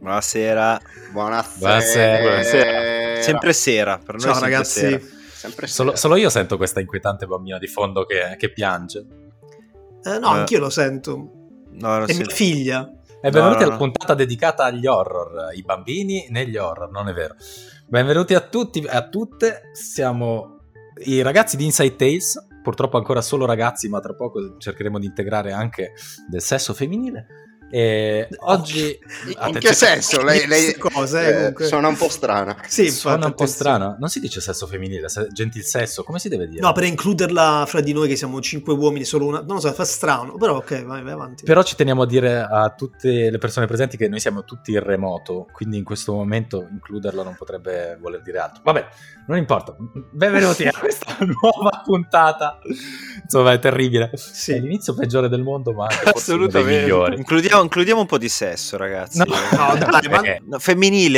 Buonasera. Buonasera. Sempre sera, per noi. Ciao ragazzi. Sempre Solo io sento questa inquietante bambina di fondo che piange. No, anch'io lo sento. No, non È mia figlia. E benvenuti no. alla puntata dedicata agli horror, i bambini negli horror, non è vero. Benvenuti a tutti e a tutte, siamo i ragazzi di Inside Tales, purtroppo ancora solo ragazzi, ma tra poco cercheremo di integrare anche del sesso femminile. E oggi in che senso? Lei cosa, suona un po' strana. Sì, suona un po' strana. Non si dice sesso femminile, gentil sesso, come si deve dire? No, per includerla fra di noi che siamo 5 uomini, solo una. Non lo so, fa strano, però ok, vai avanti. Però ci teniamo a dire a tutte le persone presenti che noi siamo tutti in remoto, quindi in questo momento includerla non potrebbe voler dire altro. Vabbè, non importa. Benvenuti a questa nuova puntata. Insomma, è terribile. Sì. È l'inizio peggiore del mondo, ma anche forse uno dei assolutamente migliori. Includiamo un po' di sesso, ragazzi. No, dai, ma... No, femminile.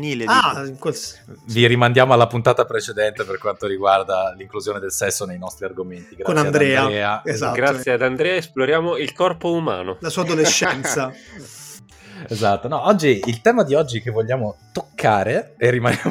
Vi rimandiamo alla puntata precedente per quanto riguarda l'inclusione del sesso nei nostri argomenti. Grazie con Andrea. Esatto. Grazie ad Andrea esploriamo il corpo umano, la sua adolescenza. Esatto, no, oggi il tema di oggi che vogliamo toccare e rimaniamo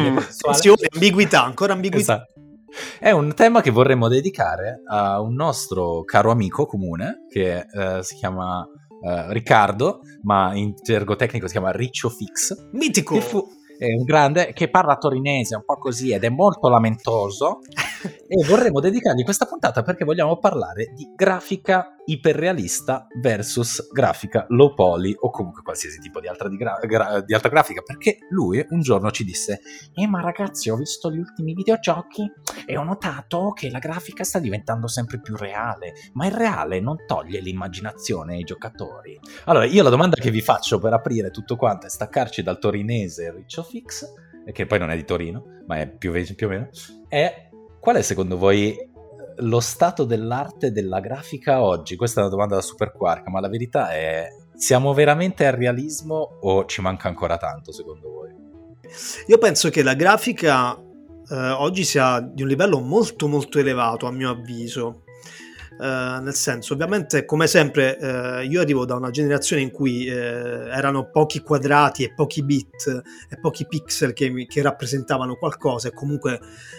ambiguità, ancora ambiguità. Esatto. È un tema che vorremmo dedicare a un nostro caro amico comune che si chiama Riccardo, ma in gergo tecnico si chiama Riccio Fix. Mitico! È un grande che parla torinese un po' così ed è molto lamentoso e vorremmo dedicargli questa puntata perché vogliamo parlare di grafica iperrealista versus grafica low poly o comunque qualsiasi tipo di altra, di altra grafica, perché lui un giorno ci disse ma ragazzi, ho visto gli ultimi videogiochi e ho notato che la grafica sta diventando sempre più reale, ma il reale non toglie l'immaginazione ai giocatori. Allora io la domanda che vi faccio per aprire tutto quanto e staccarci dal torinese Riccio Fix, che poi non è di Torino ma è più o meno, è: qual è secondo voi lo stato dell'arte della grafica oggi? Questa è una domanda da super quark, ma la verità è: siamo veramente al realismo o ci manca ancora tanto secondo voi? Io penso che la grafica oggi sia di un livello molto molto elevato, a mio avviso. Nel senso, ovviamente, come sempre, io arrivo da una generazione in cui erano pochi quadrati e pochi bit e pochi pixel che rappresentavano qualcosa e comunque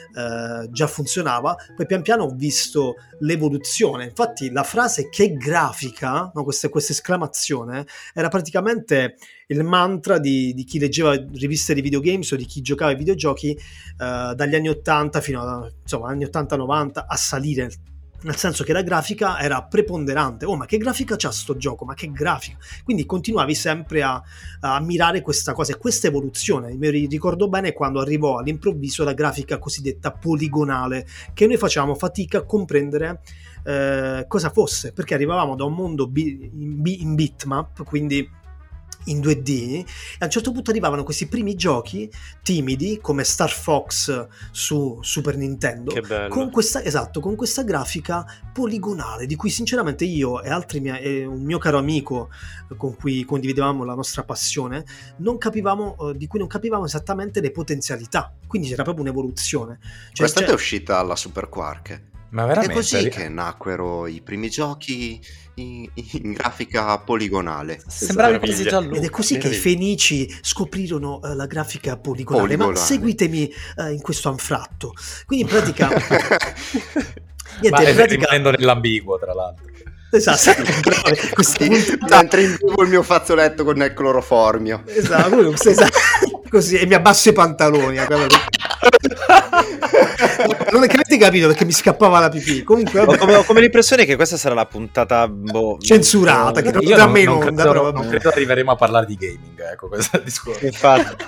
già funzionava. Poi pian piano ho visto l'evoluzione. Infatti la frase "che grafica", no, questa esclamazione era praticamente il mantra di chi leggeva riviste di videogames o di chi giocava ai videogiochi dagli anni 80 fino a, insomma, anni 80-90 a salire, nel senso che la grafica era preponderante. Ma che grafica c'ha sto gioco, ma che grafica, quindi continuavi sempre a ammirare questa cosa e questa evoluzione. Mi ricordo bene quando arrivò all'improvviso la grafica cosiddetta poligonale, che noi facevamo fatica a comprendere cosa fosse, perché arrivavamo da un mondo in bitmap, quindi in 2D, e a un certo punto arrivavano questi primi giochi timidi come Star Fox su Super Nintendo, che bello, con questa grafica poligonale di cui sinceramente io e un mio caro amico con cui condividevamo la nostra passione di cui non capivamo esattamente le potenzialità, quindi c'era proprio un'evoluzione. Questa è uscita alla Super Quark. Ma veramente? È così che nacquero i primi giochi in grafica poligonale. Sembrava quasi già lui. Ed è così che i Fenici scoprirono la grafica poligonale. Ma seguitemi in questo anfratto. Quindi in pratica rimanendo nell'ambiguo, tra l'altro. Esatto. Mentre imbevo il mio fazzoletto con il cloroformio. Esatto. Così, e mi abbasso i pantaloni. Non avete capito perché mi scappava la pipì. Comunque ho come l'impressione che questa sarà la puntata censurata, che non io non credo arriveremo a parlare di gaming, ecco, questo è il discorso. Infatti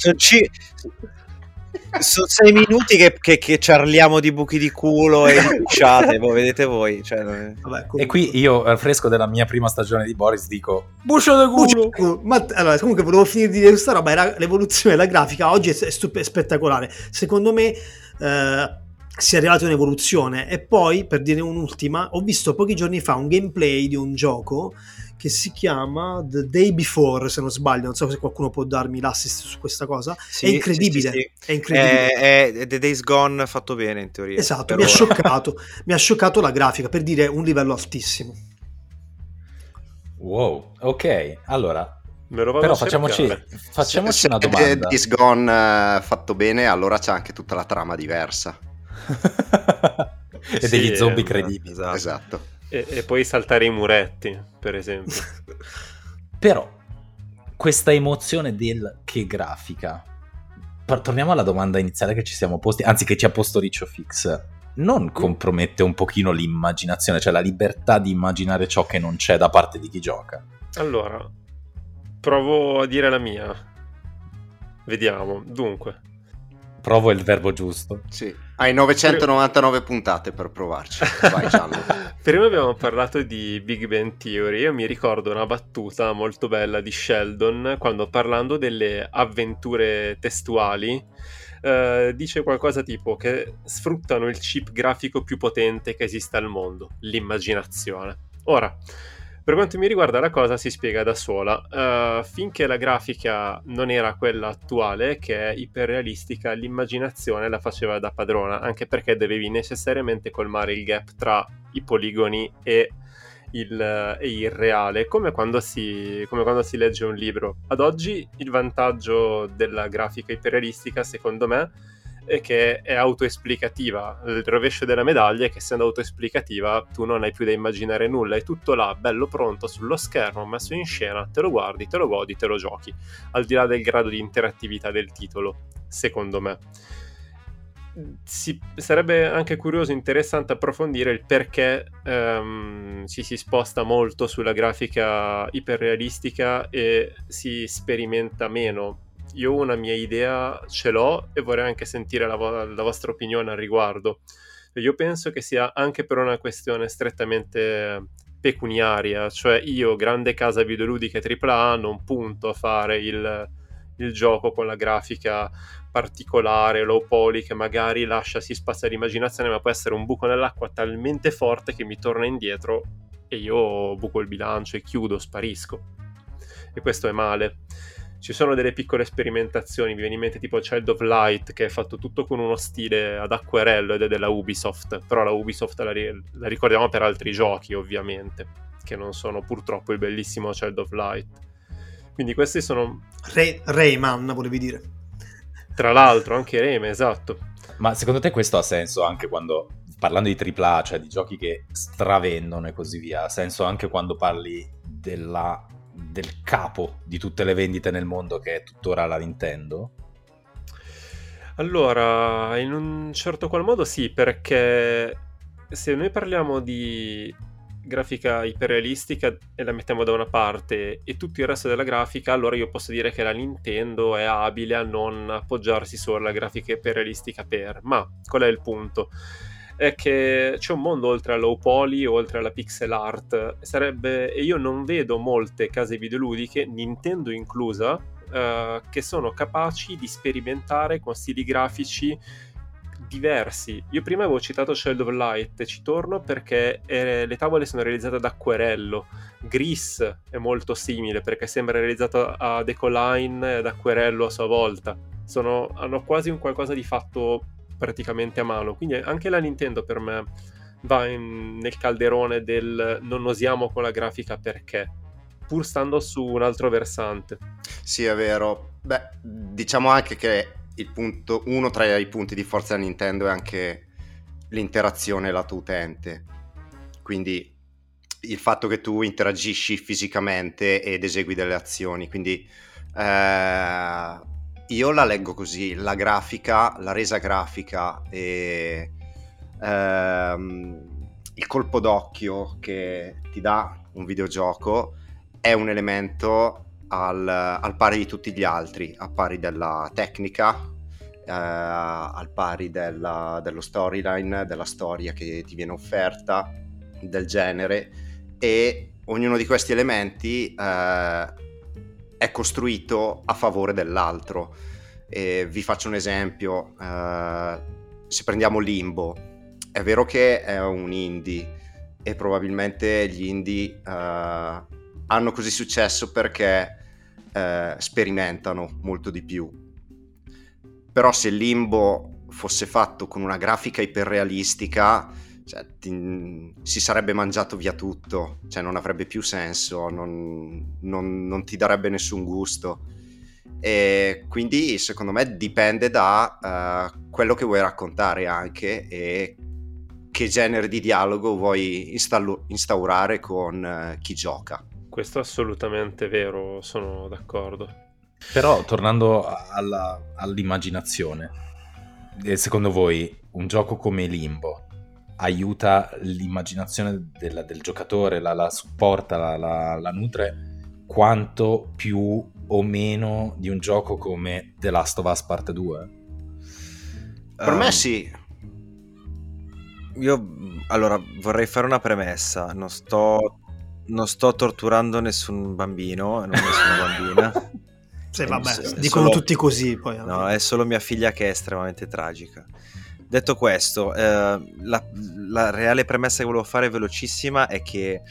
sono 6 minuti che ciarliamo di buchi di culo e di bucciate, vedete voi, cioè... Vabbè, e qui io, al fresco della mia prima stagione di Boris, dico buccio di culo. Ma allora, comunque volevo finire di dire questa roba. Era l'evoluzione della grafica oggi è spettacolare, secondo me. Si è arrivata un'evoluzione. E poi, per dire un'ultima, ho visto pochi giorni fa un gameplay di un gioco che si chiama The Day Before, se non sbaglio. Non so se qualcuno può darmi l'assist su questa cosa. Sì, è incredibile, sì. È incredibile. È The Days Gone fatto bene, in teoria. Esatto, mi ha scioccato la grafica, per dire un livello altissimo. Wow, ok, allora Me lo vado Però a cercare. facciamoci una Se domanda. Days Gone fatto bene, allora c'è anche tutta la trama diversa. E degli Sì, zombie credibili. Esatto. E poi saltare i muretti, per esempio. Però questa emozione del che grafica, torniamo alla domanda iniziale che ci siamo posti, anzi che ci ha posto Riccio Fix, non compromette un pochino l'immaginazione, cioè la libertà di immaginare ciò che non c'è da parte di chi gioca? Allora, provo a dire la mia. Vediamo. Dunque, Provo il verbo giusto. Sì. Hai 999 puntate per provarci. Vai, Gianlu. prima abbiamo parlato di Big Bang Theory. Io mi ricordo una battuta molto bella di Sheldon quando, parlando delle avventure testuali, dice qualcosa tipo che sfruttano il chip grafico più potente che esista al mondo, l'immaginazione. Ora, per quanto mi riguarda, la cosa si spiega da sola. Finché la grafica non era quella attuale, che è iperrealistica, l'immaginazione la faceva da padrona, anche perché dovevi necessariamente colmare il gap tra i poligoni e il reale, come quando si legge un libro. Ad oggi il vantaggio della grafica iperrealistica, secondo me, è che è autoesplicativa. Il rovescio della medaglia è che, essendo autoesplicativa, tu non hai più da immaginare nulla, è tutto là, bello pronto sullo schermo, messo in scena, te lo guardi, te lo godi, te lo giochi, al di là del grado di interattività del titolo, secondo me. Sarebbe anche curioso, interessante approfondire il perché ci si sposta molto sulla grafica iperrealistica e si sperimenta meno. Io una mia idea ce l'ho e vorrei anche sentire la vostra opinione al riguardo. Io penso che sia anche per una questione strettamente pecuniaria, cioè io, grande casa videoludica AAA, non punto a fare il gioco con la grafica particolare, low poly, che magari lasciasi spazio all'immaginazione, ma può essere un buco nell'acqua talmente forte che mi torna indietro e io buco il bilancio e chiudo, sparisco. E questo è male. Ci sono delle piccole sperimentazioni, mi viene in mente tipo Child of Light, che è fatto tutto con uno stile ad acquerello ed è della Ubisoft, però la Ubisoft la ricordiamo per altri giochi, ovviamente, che non sono purtroppo il bellissimo Child of Light. Quindi questi sono... Rayman, volevi dire. Tra l'altro, anche Rayman, esatto. Ma secondo te questo ha senso anche quando, parlando di AAA, cioè di giochi che stravendono e così via, ha senso anche quando parli del capo di tutte le vendite nel mondo, che è tuttora la Nintendo? Allora, in un certo qual modo sì, perché se noi parliamo di grafica iperrealistica e la mettiamo da una parte e tutto il resto della grafica, allora io posso dire che la Nintendo è abile a non appoggiarsi solo alla grafica iperrealistica ma qual è il punto? È che c'è un mondo oltre alla low poly, oltre alla pixel art, e io non vedo molte case videoludiche, Nintendo inclusa, che sono capaci di sperimentare con stili grafici diversi. Io prima avevo citato Child of Light, ci torno perché le tavole sono realizzate ad acquerello. Gris è molto simile perché sembra realizzato ad Ecoline e ad acquerello a sua volta. Hanno quasi un qualcosa di fatto praticamente a mano, quindi anche la Nintendo per me va nel calderone del non osiamo con la grafica, perché pur stando su un altro versante. Sì, è vero. Beh, diciamo anche che uno tra i punti di forza della Nintendo è anche l'interazione lato utente, quindi il fatto che tu interagisci fisicamente ed esegui delle azioni, quindi io la leggo così: la grafica, la resa grafica e il colpo d'occhio che ti dà un videogioco è un elemento al pari di tutti gli altri, a pari della tecnica, al pari dello storyline, della storia che ti viene offerta, del genere, e ognuno di questi elementi è costruito a favore dell'altro. E vi faccio un esempio: se prendiamo Limbo, è vero che è un indie e probabilmente gli indie hanno così successo perché sperimentano molto di più, però se Limbo fosse fatto con una grafica iperrealistica cioè, si sarebbe mangiato via tutto, cioè non avrebbe più senso, non ti darebbe nessun gusto. E quindi secondo me dipende da quello che vuoi raccontare anche, e che genere di dialogo vuoi instaurare con chi gioca. Questo è assolutamente vero, sono d'accordo. Però tornando all'immaginazione, secondo voi un gioco come Limbo aiuta l'immaginazione del giocatore, la supporta, la nutre quanto più o meno di un gioco come The Last of Us Part 2? Per me sì. Io allora vorrei fare una premessa, non sto torturando nessun bambino, nessuna bambina. Sì, vabbè, È dicono solo- tutti così poi. No, è solo mia figlia che è estremamente tragica. Detto questo, la reale premessa che volevo fare velocissima è che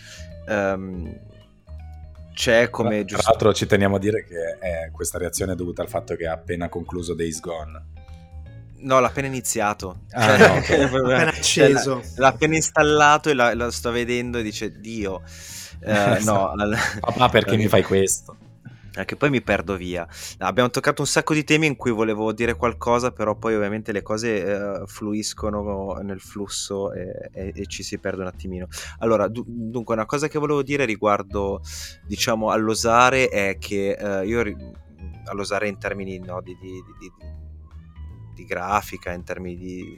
c'è come Tra l'altro ci teniamo a dire che questa reazione è dovuta al fatto che ha appena concluso Days Gone. No, l'ha appena iniziato. Ah, no, ok. Appena acceso. L'ha appena installato e la sto vedendo e dice Dio. No, Papà, perché mi fai questo? Che poi mi perdo via. Abbiamo toccato un sacco di temi in cui volevo dire qualcosa, però poi ovviamente le cose fluiscono nel flusso e ci si perde un attimino. Allora, dunque, una cosa che volevo dire riguardo, diciamo, all'osare è che all'osare in termini, no, di grafica, in termini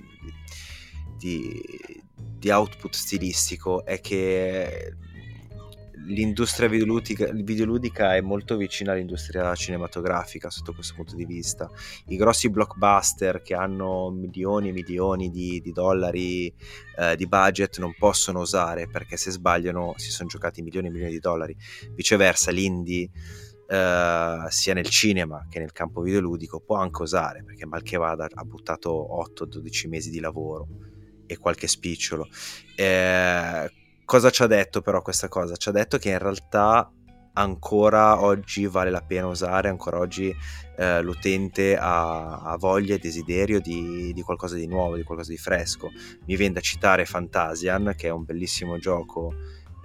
di output stilistico, è che l'industria videoludica è molto vicina all'industria cinematografica sotto questo punto di vista. I grossi blockbuster che hanno milioni e milioni di dollari di budget non possono osare, perché se sbagliano si sono giocati milioni e milioni di dollari. Viceversa, l'indie sia nel cinema che nel campo videoludico può anche osare, perché mal che vada ha buttato 8-12 mesi di lavoro e qualche spicciolo. Cosa ci ha detto però questa cosa? Ci ha detto che in realtà ancora oggi vale la pena usare, ancora oggi l'utente ha voglia e desiderio di qualcosa di nuovo, di qualcosa di fresco. Mi viene da citare Fantasian, che è un bellissimo gioco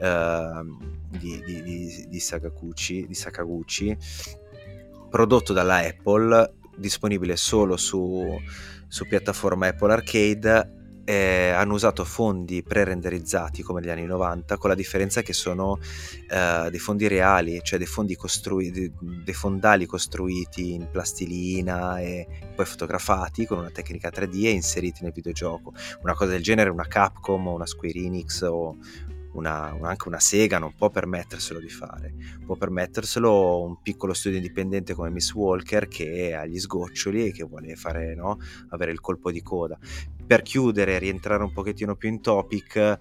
di Sakaguchi, prodotto dalla Apple, disponibile solo su piattaforma Apple Arcade. Hanno usato fondi pre-renderizzati come negli anni 90, con la differenza che sono dei fondi reali, cioè dei fondali costruiti in plastilina e poi fotografati con una tecnica 3D e inseriti nel videogioco. Una cosa del genere una Capcom o una Square Enix o anche una Sega non può permetterselo di fare. Può permetterselo un piccolo studio indipendente come Miss Walker, che ha gli sgoccioli e che vuole fare, no, avere il colpo di coda. Per chiudere e rientrare un pochettino più in topic,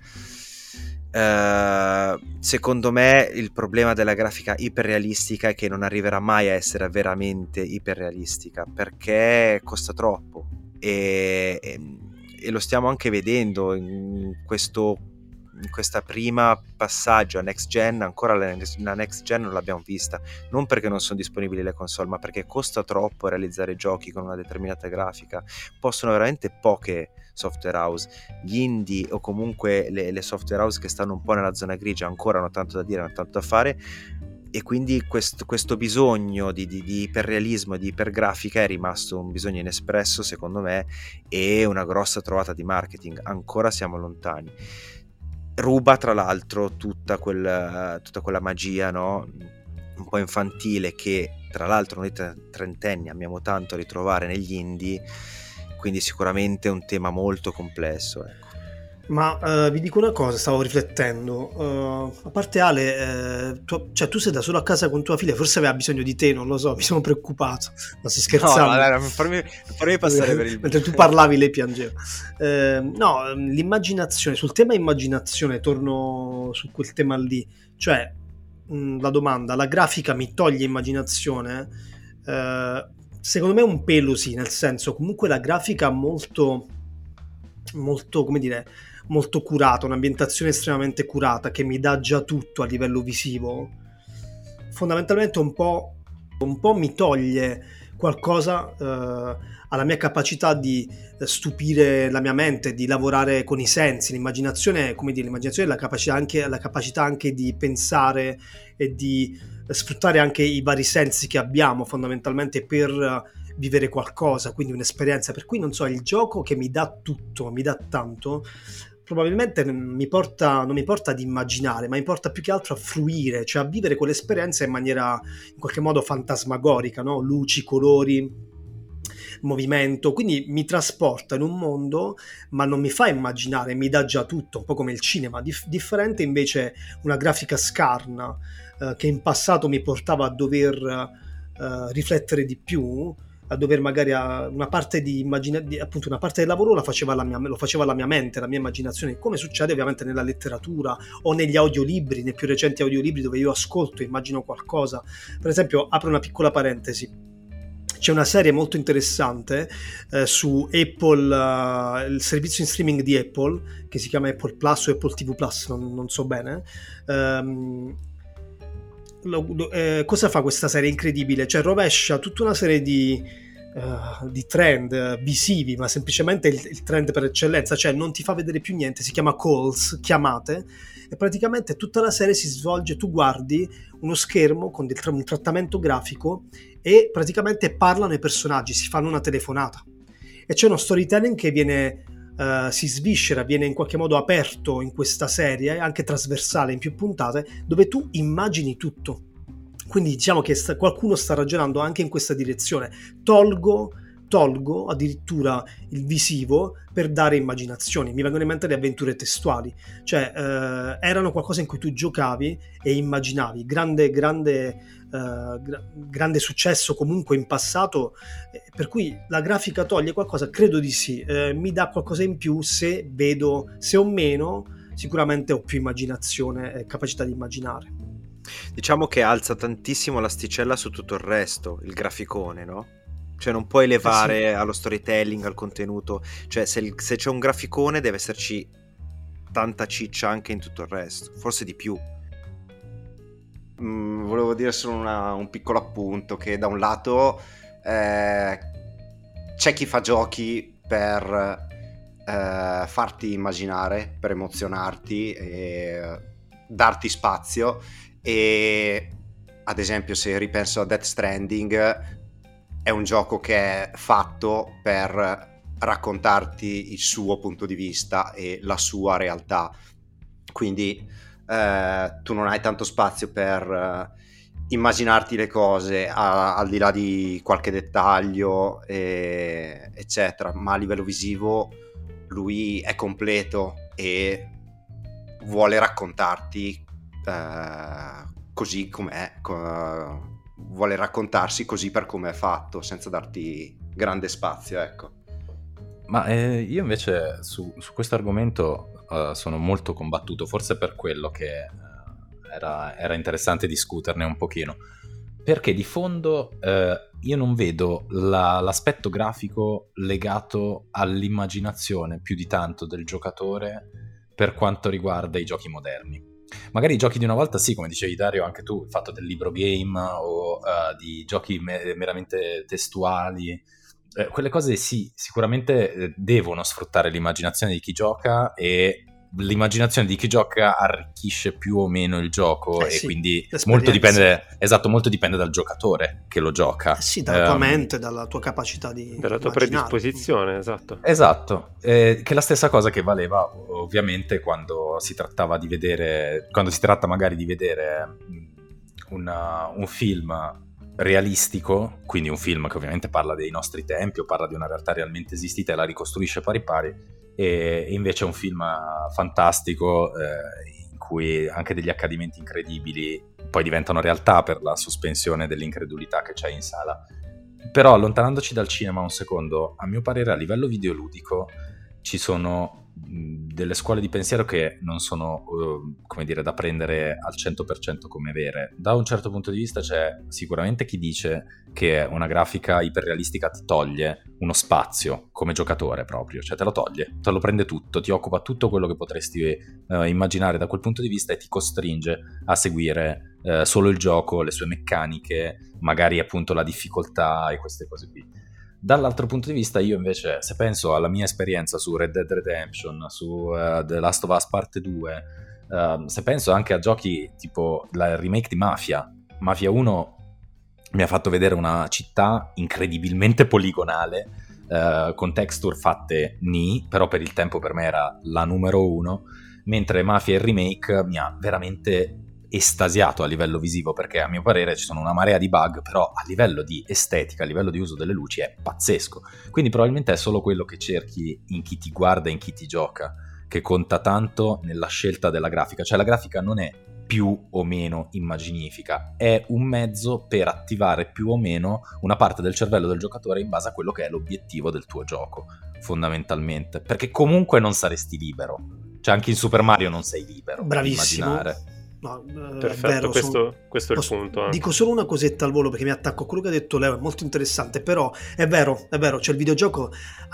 secondo me il problema della grafica iperrealistica è che non arriverà mai a essere veramente iperrealistica, perché costa troppo e lo stiamo anche vedendo in questa prima passaggio a next gen. Ancora la next gen non l'abbiamo vista, non perché non sono disponibili le console, ma perché costa troppo realizzare giochi con una determinata grafica. Possono veramente poche software house, gli indie o comunque le software house che stanno un po' nella zona grigia ancora hanno tanto da dire, hanno tanto da fare, e quindi questo bisogno di iperrealismo, di ipergrafica è rimasto un bisogno inespresso secondo me, e una grossa trovata di marketing. Ancora siamo lontani. Ruba tra l'altro tutta quella magia, no? Un po' infantile, che tra l'altro noi trentenni amiamo tanto ritrovare negli indie, quindi sicuramente è un tema molto complesso, ecco. Ma vi dico una cosa, stavo riflettendo, a parte Ale, tu sei da solo a casa con tua figlia, forse aveva bisogno di te, non lo so, mi sono preoccupato, ma sto scherzando. No, allora, farmi passare per il... Mentre tu parlavi lei piangeva. No, l'immaginazione, sul tema immaginazione, torno su quel tema lì, cioè la domanda, la grafica mi toglie immaginazione? Secondo me un pelo sì, nel senso, comunque la grafica molto, come dire, molto curata, un'ambientazione estremamente curata che mi dà già tutto a livello visivo, fondamentalmente un po' mi toglie qualcosa alla mia capacità di stupire la mia mente, di lavorare con i sensi. L'immaginazione, come dire, l'immaginazione è la capacità anche di pensare e di sfruttare anche i vari sensi che abbiamo fondamentalmente per vivere qualcosa, quindi un'esperienza. Per cui non so, il gioco che mi dà tutto, mi dà tanto, probabilmente non mi porta ad immaginare, ma mi porta più che altro a fruire, cioè a vivere quell'esperienza in maniera in qualche modo fantasmagorica, no? Luci, colori, movimento, quindi mi trasporta in un mondo, ma non mi fa immaginare, mi dà già tutto, un po' come il cinema. Differente invece una grafica scarna che in passato mi portava a dover riflettere di più, a dover magari una parte appunto una parte del lavoro lo faceva la mia mente, la mia immaginazione, come succede ovviamente nella letteratura o negli audiolibri, nei più recenti audiolibri dove io ascolto e immagino qualcosa. Per esempio, apro una piccola parentesi, c'è una serie molto interessante su Apple, il servizio in streaming di Apple, che si chiama Apple Plus o Apple TV Plus, non so bene. Cosa fa questa serie incredibile? Cioè rovescia tutta una serie di trend visivi, ma semplicemente il trend per eccellenza, cioè non ti fa vedere più niente, si chiama calls, chiamate, e praticamente tutta la serie si svolge, tu guardi uno schermo con un trattamento grafico e praticamente parlano i personaggi, si fanno una telefonata e c'è uno storytelling che viene si sviscera, viene in qualche modo aperto in questa serie, anche trasversale in più puntate, dove tu immagini tutto. Quindi diciamo che qualcuno sta ragionando anche in questa direzione. Tolgo addirittura il visivo per dare immaginazioni. Mi vengono in mente le avventure testuali, cioè erano qualcosa in cui tu giocavi e immaginavi. Grande successo comunque in passato, per cui la grafica toglie qualcosa, credo di sì, mi dà qualcosa in più se o meno, sicuramente ho più immaginazione e capacità di immaginare. Diciamo che alza tantissimo l'asticella su tutto il resto, il graficone, no? Cioè non puoi levare allo storytelling, al contenuto, cioè se c'è un graficone deve esserci tanta ciccia anche in tutto il resto, forse di più. Volevo dire solo un piccolo appunto, che da un lato c'è chi fa giochi per farti immaginare, per emozionarti e darti spazio, e ad esempio se ripenso a Death Stranding è un gioco che è fatto per raccontarti il suo punto di vista e la sua realtà, quindi tu non hai tanto spazio per immaginarti le cose al di là di qualche dettaglio eccetera, ma a livello visivo lui è completo e vuole raccontarti così com'è, vuole raccontarsi così per come è fatto, senza darti grande spazio, ecco. Ma io invece su questo argomento sono molto combattuto, forse per quello che era interessante discuterne un pochino, perché di fondo io non vedo l'aspetto grafico legato all'immaginazione più di tanto del giocatore per quanto riguarda i giochi moderni. Magari i giochi di una volta sì, come dicevi Dario anche tu, il fatto del libro game o di giochi meramente testuali, quelle cose sì, sicuramente devono sfruttare l'immaginazione di chi gioca, e l'immaginazione di chi gioca arricchisce più o meno il gioco, e sì, quindi molto dipende dal giocatore che lo gioca. Sì, dalla tua mente, dalla tua capacità di dalla tua predisposizione, esatto. Che è la stessa cosa che valeva ovviamente quando si tratta magari di vedere un film realistico, quindi un film che ovviamente parla dei nostri tempi o parla di una realtà realmente esistita e la ricostruisce pari pari, e invece è un film fantastico in cui anche degli accadimenti incredibili poi diventano realtà per la sospensione dell'incredulità che c'è in sala. Però allontanandoci dal cinema un secondo, a mio parere a livello videoludico ci sono delle scuole di pensiero che non sono, come dire, da prendere al 100% come vere. Da un certo punto di vista c'è sicuramente chi dice che una grafica iperrealistica ti toglie uno spazio come giocatore proprio, cioè te lo toglie, te lo prende tutto, ti occupa tutto quello che potresti immaginare da quel punto di vista e ti costringe a seguire solo il gioco, le sue meccaniche, magari appunto la difficoltà e queste cose qui. Dall'altro punto di vista, io invece, se penso alla mia esperienza su Red Dead Redemption, su The Last of Us Parte 2, se penso anche a giochi tipo il remake di Mafia 1 mi ha fatto vedere una città incredibilmente poligonale, con texture fatte però per il tempo per me era la numero 1, mentre Mafia il remake mi ha veramente estasiato a livello visivo, perché a mio parere ci sono una marea di bug, però a livello di estetica, a livello di uso delle luci è pazzesco. Quindi probabilmente è solo quello che cerchi in chi ti guarda, in chi ti gioca, che conta tanto nella scelta della grafica. Cioè la grafica non è più o meno immaginifica, è un mezzo per attivare più o meno una parte del cervello del giocatore in base a quello che è l'obiettivo del tuo gioco, fondamentalmente, perché comunque non saresti libero. Cioè anche in Super Mario non sei libero. Bravissimo. Immaginare. No, perfetto, vero, questo è il punto. Dico solo una cosetta al volo perché mi attacco a quello che ha detto Leo, è molto interessante, però è vero, cioè il videogioco,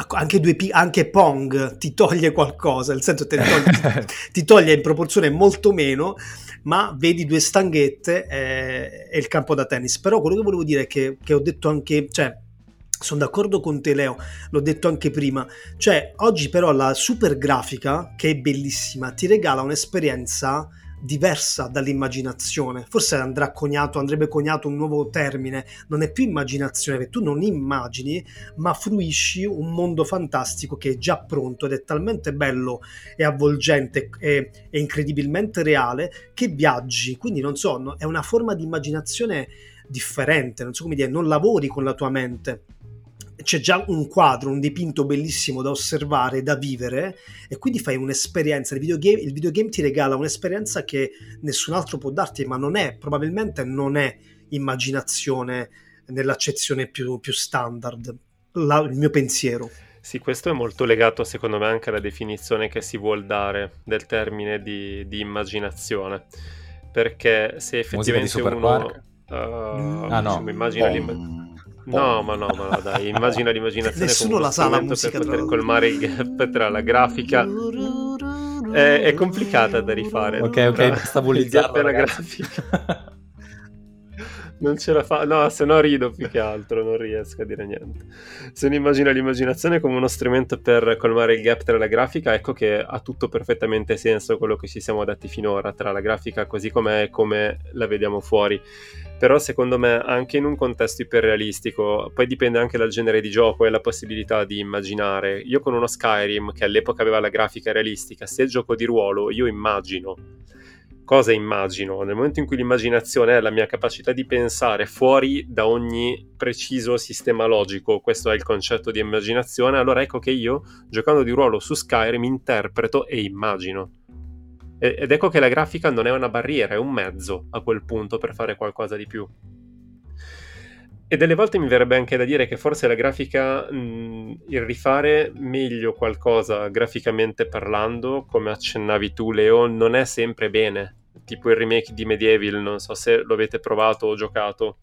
anche Pong ti toglie qualcosa, nel senso ti toglie in proporzione molto meno, ma vedi due stanghette e il campo da tennis. Però quello che volevo dire è che ho detto anche, cioè sono d'accordo con te Leo, l'ho detto anche prima, cioè oggi però la super grafica, che è bellissima, ti regala un'esperienza diversa dall'immaginazione. Forse andrebbe coniato un nuovo termine, non è più immaginazione, perché tu non immagini ma fruisci un mondo fantastico che è già pronto ed è talmente bello e avvolgente e incredibilmente reale che viaggi, quindi non so, è una forma di immaginazione differente, non so come dire, non lavori con la tua mente, c'è già un quadro, un dipinto bellissimo da osservare, da vivere, e quindi fai un'esperienza. Il videogame ti regala un'esperienza che nessun altro può darti, ma probabilmente non è immaginazione nell'accezione più standard, il mio pensiero. Sì, questo è molto legato secondo me anche alla definizione che si vuol dare del termine di immaginazione, perché se effettivamente uno immagina No, ma dai, immagina l'immaginazione nessuno come la sa la strumento musica per poter colmare il gap tra la grafica. È complicata da rifare. Ok, stabilizzarlo, il gap e la grafica. Non ce la fa, no, se no rido più che altro, non riesco a dire niente. Se uno immagina l'immaginazione come uno strumento per colmare il gap tra la grafica, ecco che ha tutto perfettamente senso quello che ci siamo detti finora, tra la grafica così com'è e come la vediamo fuori. Però secondo me anche in un contesto iperrealistico, poi dipende anche dal genere di gioco e la possibilità di immaginare. Io con uno Skyrim, che all'epoca aveva la grafica realistica, se gioco di ruolo, io immagino. Cosa immagino? Nel momento in cui l'immaginazione è la mia capacità di pensare fuori da ogni preciso sistema logico, questo è il concetto di immaginazione, allora ecco che io, giocando di ruolo su Skyrim, interpreto e immagino. Ed ecco che la grafica non è una barriera, è un mezzo a quel punto per fare qualcosa di più. E delle volte mi verrebbe anche da dire che forse la grafica, il rifare meglio qualcosa graficamente parlando, come accennavi tu Leo, non è sempre bene. Tipo il remake di Medieval, non so se lo avete provato o giocato,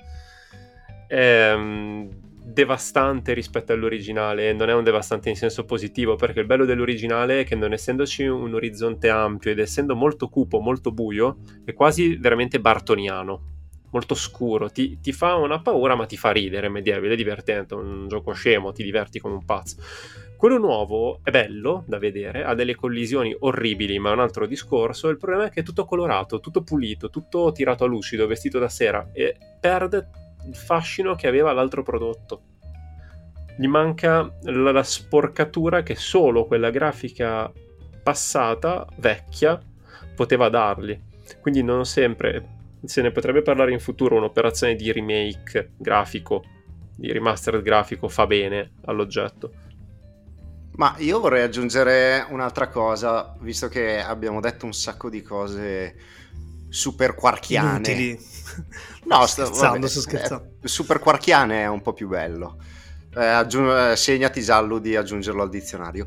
è devastante rispetto all'originale, e non è un devastante in senso positivo, perché il bello dell'originale è che non essendoci un orizzonte ampio ed essendo molto cupo, molto buio, è quasi veramente bartoniano, molto scuro, ti fa una paura ma ti fa ridere. Medieval è divertente, è un gioco scemo, ti diverti come un pazzo. Quello nuovo è bello da vedere, ha delle collisioni orribili, ma è un altro discorso. Il problema è che è tutto colorato, tutto pulito, tutto tirato a lucido, vestito da sera, e perde il fascino che aveva l'altro prodotto. Gli manca la sporcatura che solo quella grafica passata, vecchia, poteva dargli. Quindi non sempre, se ne potrebbe parlare in futuro, un'operazione di remake grafico, di remastered grafico fa bene all'oggetto. Ma io vorrei aggiungere un'altra cosa, visto che abbiamo detto un sacco di cose super quarkiane. Inutili. No, sto scherzando. Super quarkiane è un po' più bello. Segnati Giallo di aggiungerlo al dizionario.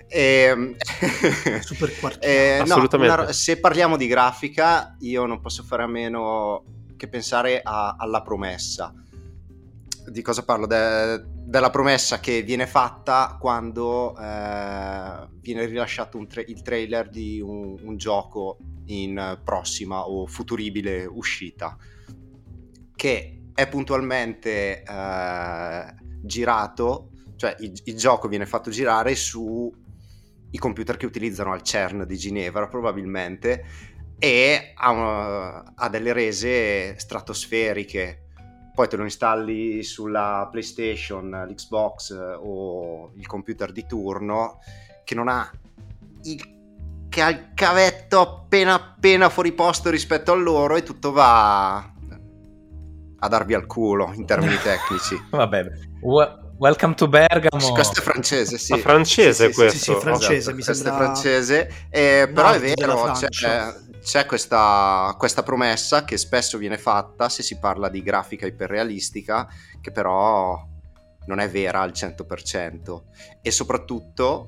Super quartiere. Assolutamente. Se parliamo di grafica, io non posso fare a meno che pensare alla promessa. Di cosa parlo? Della promessa che viene fatta quando viene rilasciato il trailer di un gioco in prossima o futuribile uscita, che è puntualmente girato, cioè il gioco viene fatto girare su i computer che utilizzano al CERN di Ginevra probabilmente, e ha delle rese stratosferiche. Poi te lo installi sulla PlayStation, l'Xbox o il computer di turno, che non ha il cavetto appena fuori posto rispetto a loro, e tutto va a darvi al culo in termini tecnici. Vabbè, welcome to Bergamo. Questo è francese, sì. Ma francese Sì, questo? Sì, francese, Esatto, mi questo sembra. è francese, però è Nord della vero, Francia. c'è questa promessa che spesso viene fatta se si parla di grafica iperrealistica, che però non è vera al 100%. E soprattutto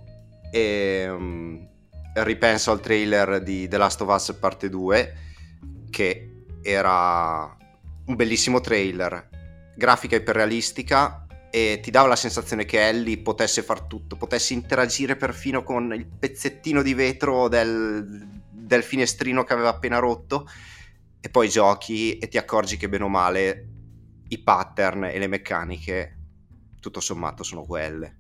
ripenso al trailer di The Last of Us parte 2, che era un bellissimo trailer, grafica iperrealistica, e ti dava la sensazione che Ellie potesse far tutto, potesse interagire perfino con il pezzettino di vetro del finestrino che aveva appena rotto, e poi giochi e ti accorgi che bene o male i pattern e le meccaniche tutto sommato sono quelle.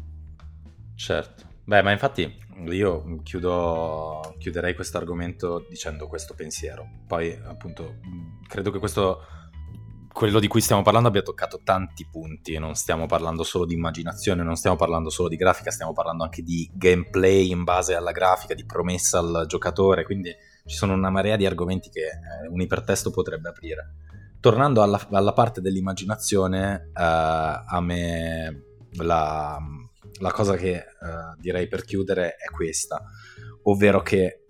Certo. Beh, ma infatti io chiuderei questo argomento dicendo questo pensiero. Poi appunto credo che quello di cui stiamo parlando abbia toccato tanti punti. Non stiamo parlando solo di immaginazione, non stiamo parlando solo di grafica, stiamo parlando anche di gameplay in base alla grafica, di promessa al giocatore, quindi ci sono una marea di argomenti che un ipertesto potrebbe aprire. Tornando alla parte dell'immaginazione, a me la cosa che direi per chiudere è questa, ovvero che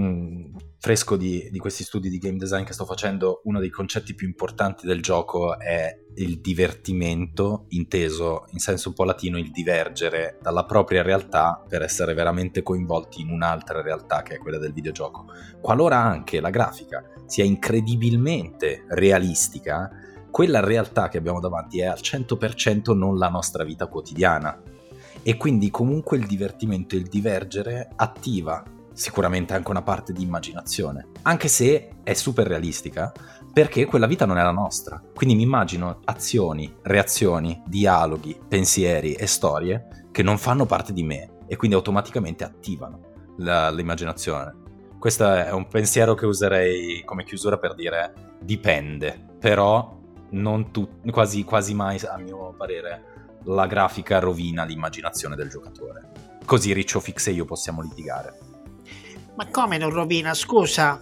fresco di questi studi di game design che sto facendo, uno dei concetti più importanti del gioco è il divertimento, inteso in senso un po' latino, il divergere dalla propria realtà per essere veramente coinvolti in un'altra realtà che è quella del videogioco. Qualora anche la grafica sia incredibilmente realistica, quella realtà che abbiamo davanti è al 100% non la nostra vita quotidiana, e quindi comunque il divertimento e il divergere attiva sicuramente anche una parte di immaginazione, anche se è super realistica, perché quella vita non è la nostra. Quindi mi immagino azioni, reazioni, dialoghi, pensieri e storie che non fanno parte di me e quindi automaticamente attivano l'immaginazione. Questo è un pensiero che userei come chiusura per dire dipende, però non quasi mai, a mio parere, la grafica rovina l'immaginazione del giocatore. Così Riccio Fix e io possiamo litigare. Ma come non rovina, scusa?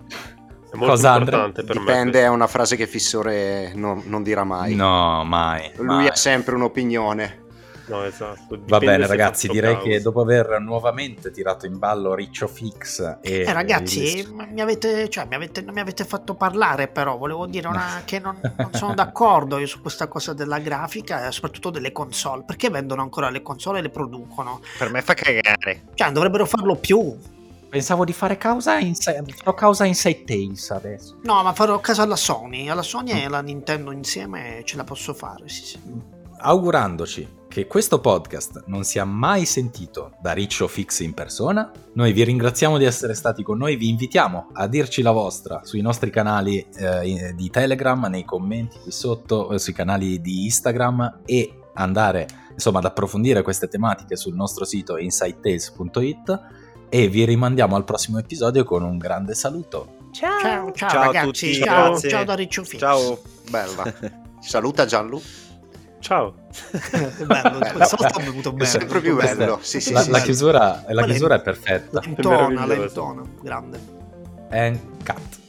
È molto Cosa, importante per me. Dipende, è una frase che Fissore non dirà mai. No, mai. Lui ha sempre un'opinione. No, esatto. Va bene, se ragazzi, fatto direi causa. che dopo aver nuovamente tirato in ballo Riccio Fix e Ragazzi, non mi avete fatto parlare, però volevo dire che non sono d'accordo io su questa cosa della grafica e soprattutto delle console. Perché vendono ancora le console e le producono? Per me fa cagare. Cioè, dovrebbero farlo più. pensavo di fare causa Inside Tales adesso. No, ma farò caso alla Sony e alla Nintendo insieme ce la posso fare, sì. Augurandoci che questo podcast non sia mai sentito da Riccio Fix in persona, noi vi ringraziamo di essere stati con noi, vi invitiamo a dirci la vostra sui nostri canali di Telegram, nei commenti qui sotto, sui canali di Instagram, e andare insomma ad approfondire queste tematiche sul nostro sito insidetales.it, e vi rimandiamo al prossimo episodio con un grande saluto. Ciao Ciao a ragazzi, tutti, ciao, grazie. ciao da Riccio Fix. Ciao. Bella. Saluta Gianlu. Ciao. È bello, questa volta ho bevuto È bene. sempre più bello. Sì, sì, La sì. chiusura è perfetta. Lentona, meraviglioso. grande. And cut.